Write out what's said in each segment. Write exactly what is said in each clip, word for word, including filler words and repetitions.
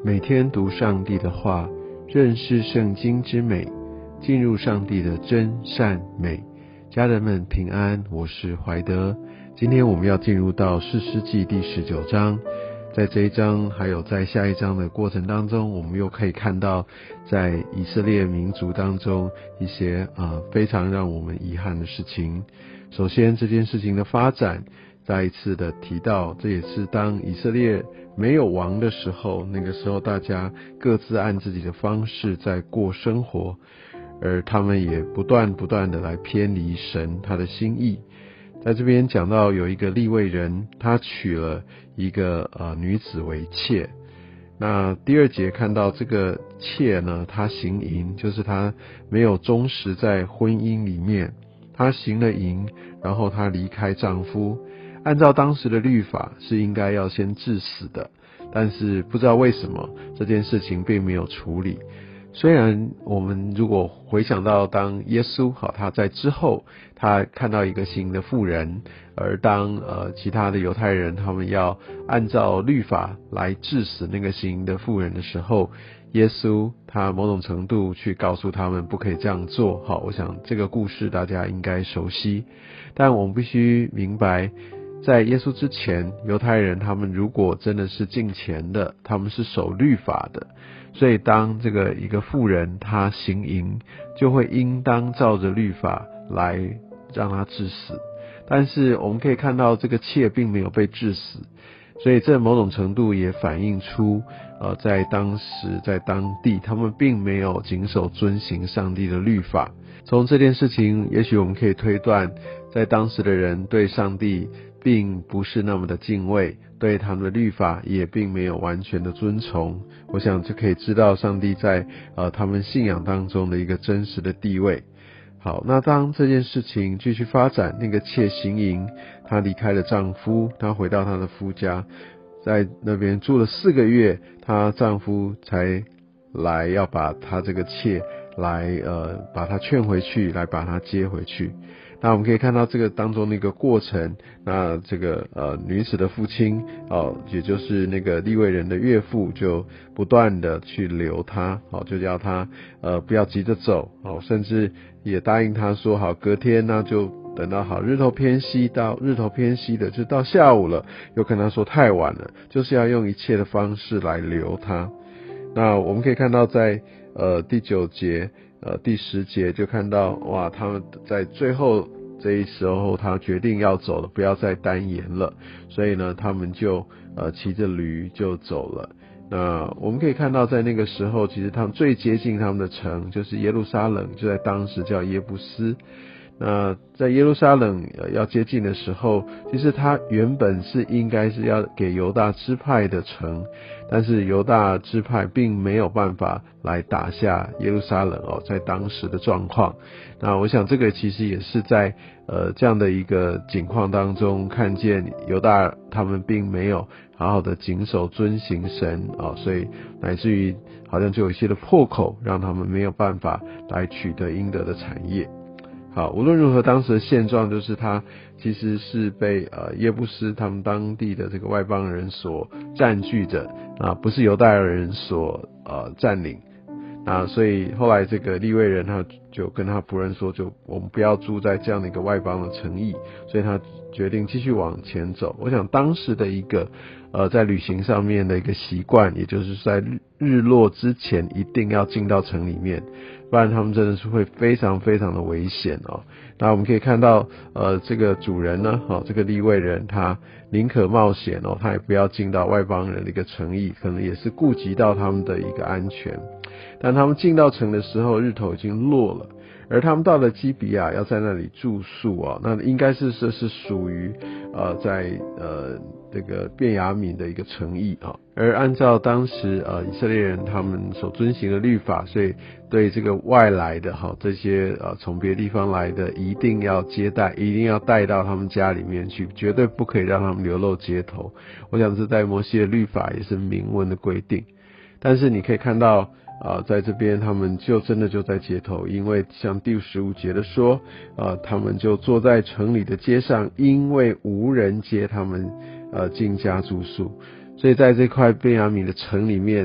每天读上帝的话，认识圣经之美，进入上帝的真善美。家人们平安，我是怀德。今天我们要进入到士师记第十九章，在这一章还有在下一章的过程当中，我们又可以看到在以色列民族当中一些呃非常让我们遗憾的事情。首先这件事情的发展再一次的提到，这也是当以色列没有王的时候，那个时候大家各自按自己的方式在过生活，而他们也不断不断的来偏离神他的心意。在这边讲到有一个利未人，他娶了一个呃女子为妾。那第二节看到这个妾呢，她行淫，就是她没有忠实在婚姻里面，她行了淫，然后她离开丈夫。按照当时的律法是应该要先治死的，但是不知道为什么这件事情并没有处理。虽然我们如果回想到当耶稣好他在之后他看到一个行淫的妇人，而当呃其他的犹太人他们要按照律法来治死那个行淫的妇人的时候，耶稣他某种程度去告诉他们不可以这样做。好，我想这个故事大家应该熟悉，但我们必须明白，在耶稣之前，犹太人他们如果真的是敬虔的，他们是守律法的，所以当这个一个妇人她行淫，就会应当照着律法来让她治死。但是我们可以看到这个妾并没有被治死，所以这某种程度也反映出呃，在当时在当地他们并没有谨守遵行上帝的律法。从这件事情也许我们可以推断，在当时的人对上帝并不是那么的敬畏，对他们的律法也并没有完全的遵从。我想就可以知道上帝在呃他们信仰当中的一个真实的地位。好，那当这件事情继续发展，那个妾行淫，她离开了丈夫，她回到她的夫家，在那边住了四个月，她丈夫才来要把她这个妾来呃把她劝回去，来把她接回去。那我们可以看到这个当中的一个过程，那这个呃女子的父亲哦，也就是那个利未人的岳父，就不断的去留她，哦，就叫她呃不要急着走，哦，甚至也答应她说好隔天那就等到好日头偏西，到日头偏西的就到下午了，又跟她说太晚了，就是要用一切的方式来留她。那我们可以看到在呃第九节呃第十节就看到，哇，他们在最后这一时候他决定要走了，不要再单言了，所以呢他们就呃骑着驴就走了。那我们可以看到在那个时候，其实他们最接近他们的城就是耶路撒冷，就在当时叫耶布斯。那在耶路撒冷、呃、要接近的时候，其实他原本是应该是要给犹大支派的城，但是犹大支派并没有办法来打下耶路撒冷哦，在当时的状况。那我想这个其实也是在呃这样的一个情况当中，看见犹大他们并没有好好的谨守遵行神哦，所以乃至于好像就有一些的破口，让他们没有办法来取得应得的产业。好，无论如何，当时的现状就是他其实是被呃耶布斯他们当地的这个外邦人所占据着啊，不是犹大人所呃占领。那所以后来这个利未人他就跟他仆人说，就我们不要住在这样的一个外邦的城邑，所以他决定继续往前走。我想当时的一个呃在旅行上面的一个习惯，也就是在日落之前一定要进到城里面，不然他们真的是会非常非常的危险哦。那我们可以看到呃这个主人呢，哦这个利未人他宁可冒险哦，他也不要进到外邦人的一个城邑，可能也是顾及到他们的一个安全。但他们进到城的时候，日头已经落了，而他们到了基比亚要在那里住宿哦，那应该是这是属于呃在呃这个便雅悯的一个城邑啊。而按照当时呃以色列人他们所遵行的律法，所以对这个外来的哈这些呃从别地方来的，一定要接待，一定要带到他们家里面去，绝对不可以让他们流落街头。我想这在摩西的律法也是明文的规定。但是你可以看到呃，在这边他们就真的就在街头，因为像第十五节的说，呃，他们就坐在城里的街上，因为无人接他们呃进家住宿，所以在这块便雅悯的城里面，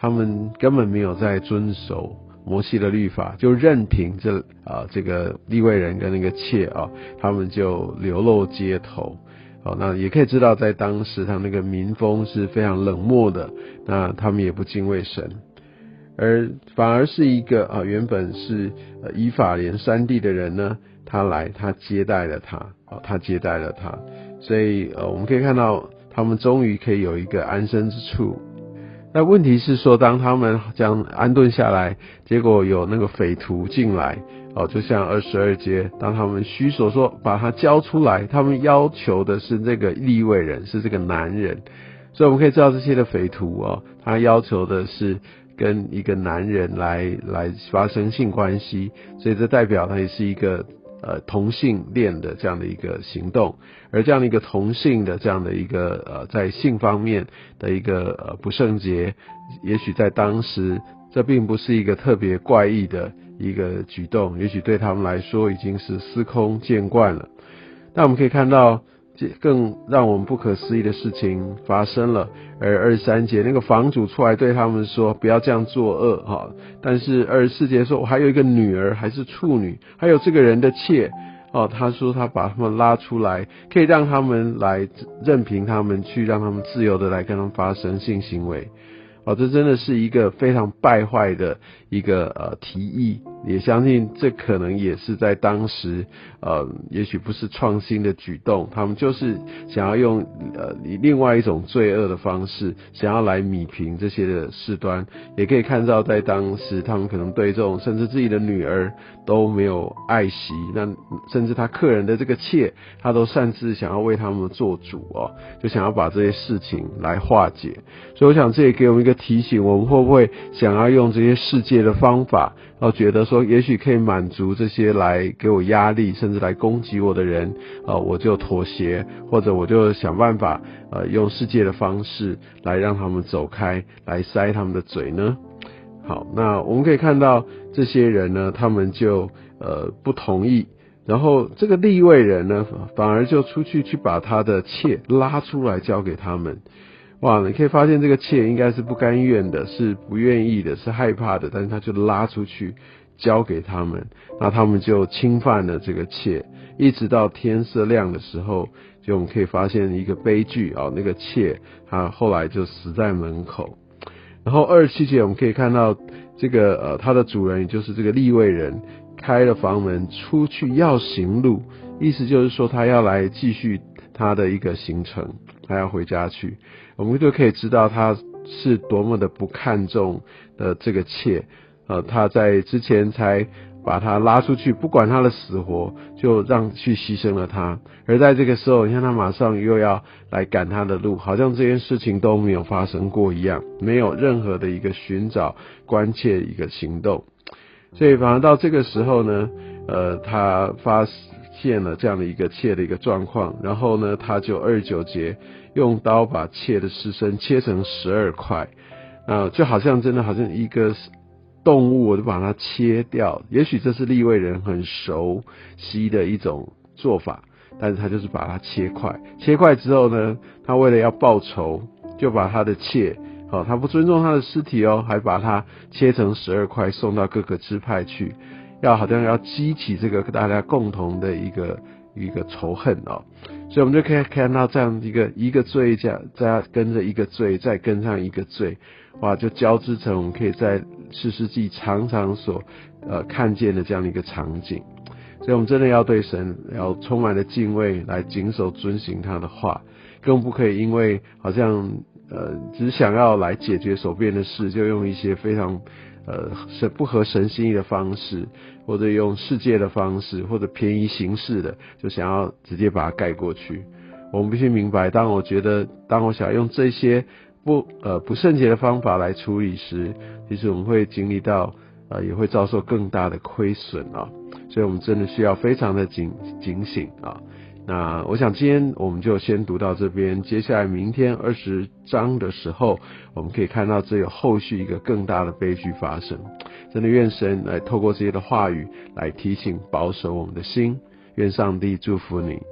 他们根本没有在遵守摩西的律法，就任凭这啊、呃、这个利未人跟那个妾啊，他们就流落街头。好，那也可以知道，在当时他那个民风是非常冷漠的，那他们也不敬畏神，而反而是一个啊原本是呃以法莲山地的人呢，他来他接待了他，啊他接待了他，所以呃我们可以看到他们终于可以有一个安身之处。那问题是说，当他们这样安顿下来，结果有那个匪徒进来，哦，就像二十二节，当他们虚所说把他交出来，他们要求的是这个利未人，是这个男人，所以我们可以知道这些的匪徒哦，他要求的是跟一个男人来来发生性关系，所以这代表他也是一个呃同性恋的这样的一个行动，而这样的一个同性的这样的一个呃在性方面的一个呃不圣洁，也许在当时这并不是一个特别怪异的一个举动，也许对他们来说已经是司空见惯了。那我们可以看到更让我们不可思议的事情发生了，而二十三节那个房主出来对他们说不要这样作恶哈，但是二十四节说我还有一个女儿还是处女，还有这个人的妾哦，他说他把他们拉出来，可以让他们来任凭他们去，让他们自由的来跟他们发生性行为。哦，这真的是一个非常败坏的一个呃提议，也相信这可能也是在当时呃，也许不是创新的举动，他们就是想要用呃以另外一种罪恶的方式，想要来弭平这些的事端。也可以看到，在当时他们可能对这种甚至自己的女儿都没有爱惜，那甚至他客人的这个妾，他都擅自想要为他们做主哦，就想要把这些事情来化解。所以我想这也给我们一个提醒，我们会不会想要用这些世界的方法，然后觉得说也许可以满足这些来给我压力甚至来攻击我的人，呃，我就妥协，或者我就想办法呃用世界的方式来让他们走开，来塞他们的嘴呢？好，那我们可以看到这些人呢，他们就呃不同意，然后这个利未人呢，反而就出去去把他的妾拉出来交给他们。哇，你可以发现这个妾应该是不甘愿的，是不愿意的，是害怕的，但是他就拉出去交给他们，那他们就侵犯了这个妾，一直到天色亮的时候，就我们可以发现一个悲剧啊、哦，那个妾他后来就死在门口。然后二十七节我们可以看到这个呃他的主人也就是这个利未人开了房门出去要行路，意思就是说他要来继续他的一个行程，他要回家去。我们就可以知道他是多么的不看重的这个妾，呃，他在之前才把他拉出去，不管他的死活，就让去牺牲了他。而在这个时候，你看他马上又要来赶他的路，好像这件事情都没有发生过一样，没有任何的一个寻找关切一个行动。所以反而到这个时候呢，呃，他发现了这样的一个妾的一个状况，然后呢，他就二十九节用刀把妾的尸身切成十二块，啊、呃，就好像真的好像一个动物，我就把它切掉。也许这是利未人很熟悉的一种做法，但是他就是把它切块，切块之后呢，他为了要报仇，就把他的妾，好、哦，他不尊重他的尸体哦，还把它切成十二块送到各个支派去，要好像要激起这个大家共同的一个一个仇恨哦。所以我们就可以看到这样一个一个罪加再跟着一个罪，再跟上一个罪，哇，就交织成我们可以在士师记常常所呃看见的这样的一个场景。所以我们真的要对神要充满了敬畏，来谨守遵行他的话，更不可以因为好像呃只想要来解决手边的事，就用一些非常呃是不合神心意的方式，或者用世界的方式，或者便宜行事的，就想要直接把它盖过去。我们必须明白，当我觉得当我想要用这些不呃不圣洁的方法来处理时，其实我们会经历到呃也会遭受更大的亏损啊。所以我们真的需要非常的警警醒啊。那我想今天我们就先读到这边，接下来明天二十章的时候，我们可以看到这有后续一个更大的悲剧发生。真的愿神来透过这些的话语来提醒保守我们的心，愿上帝祝福你。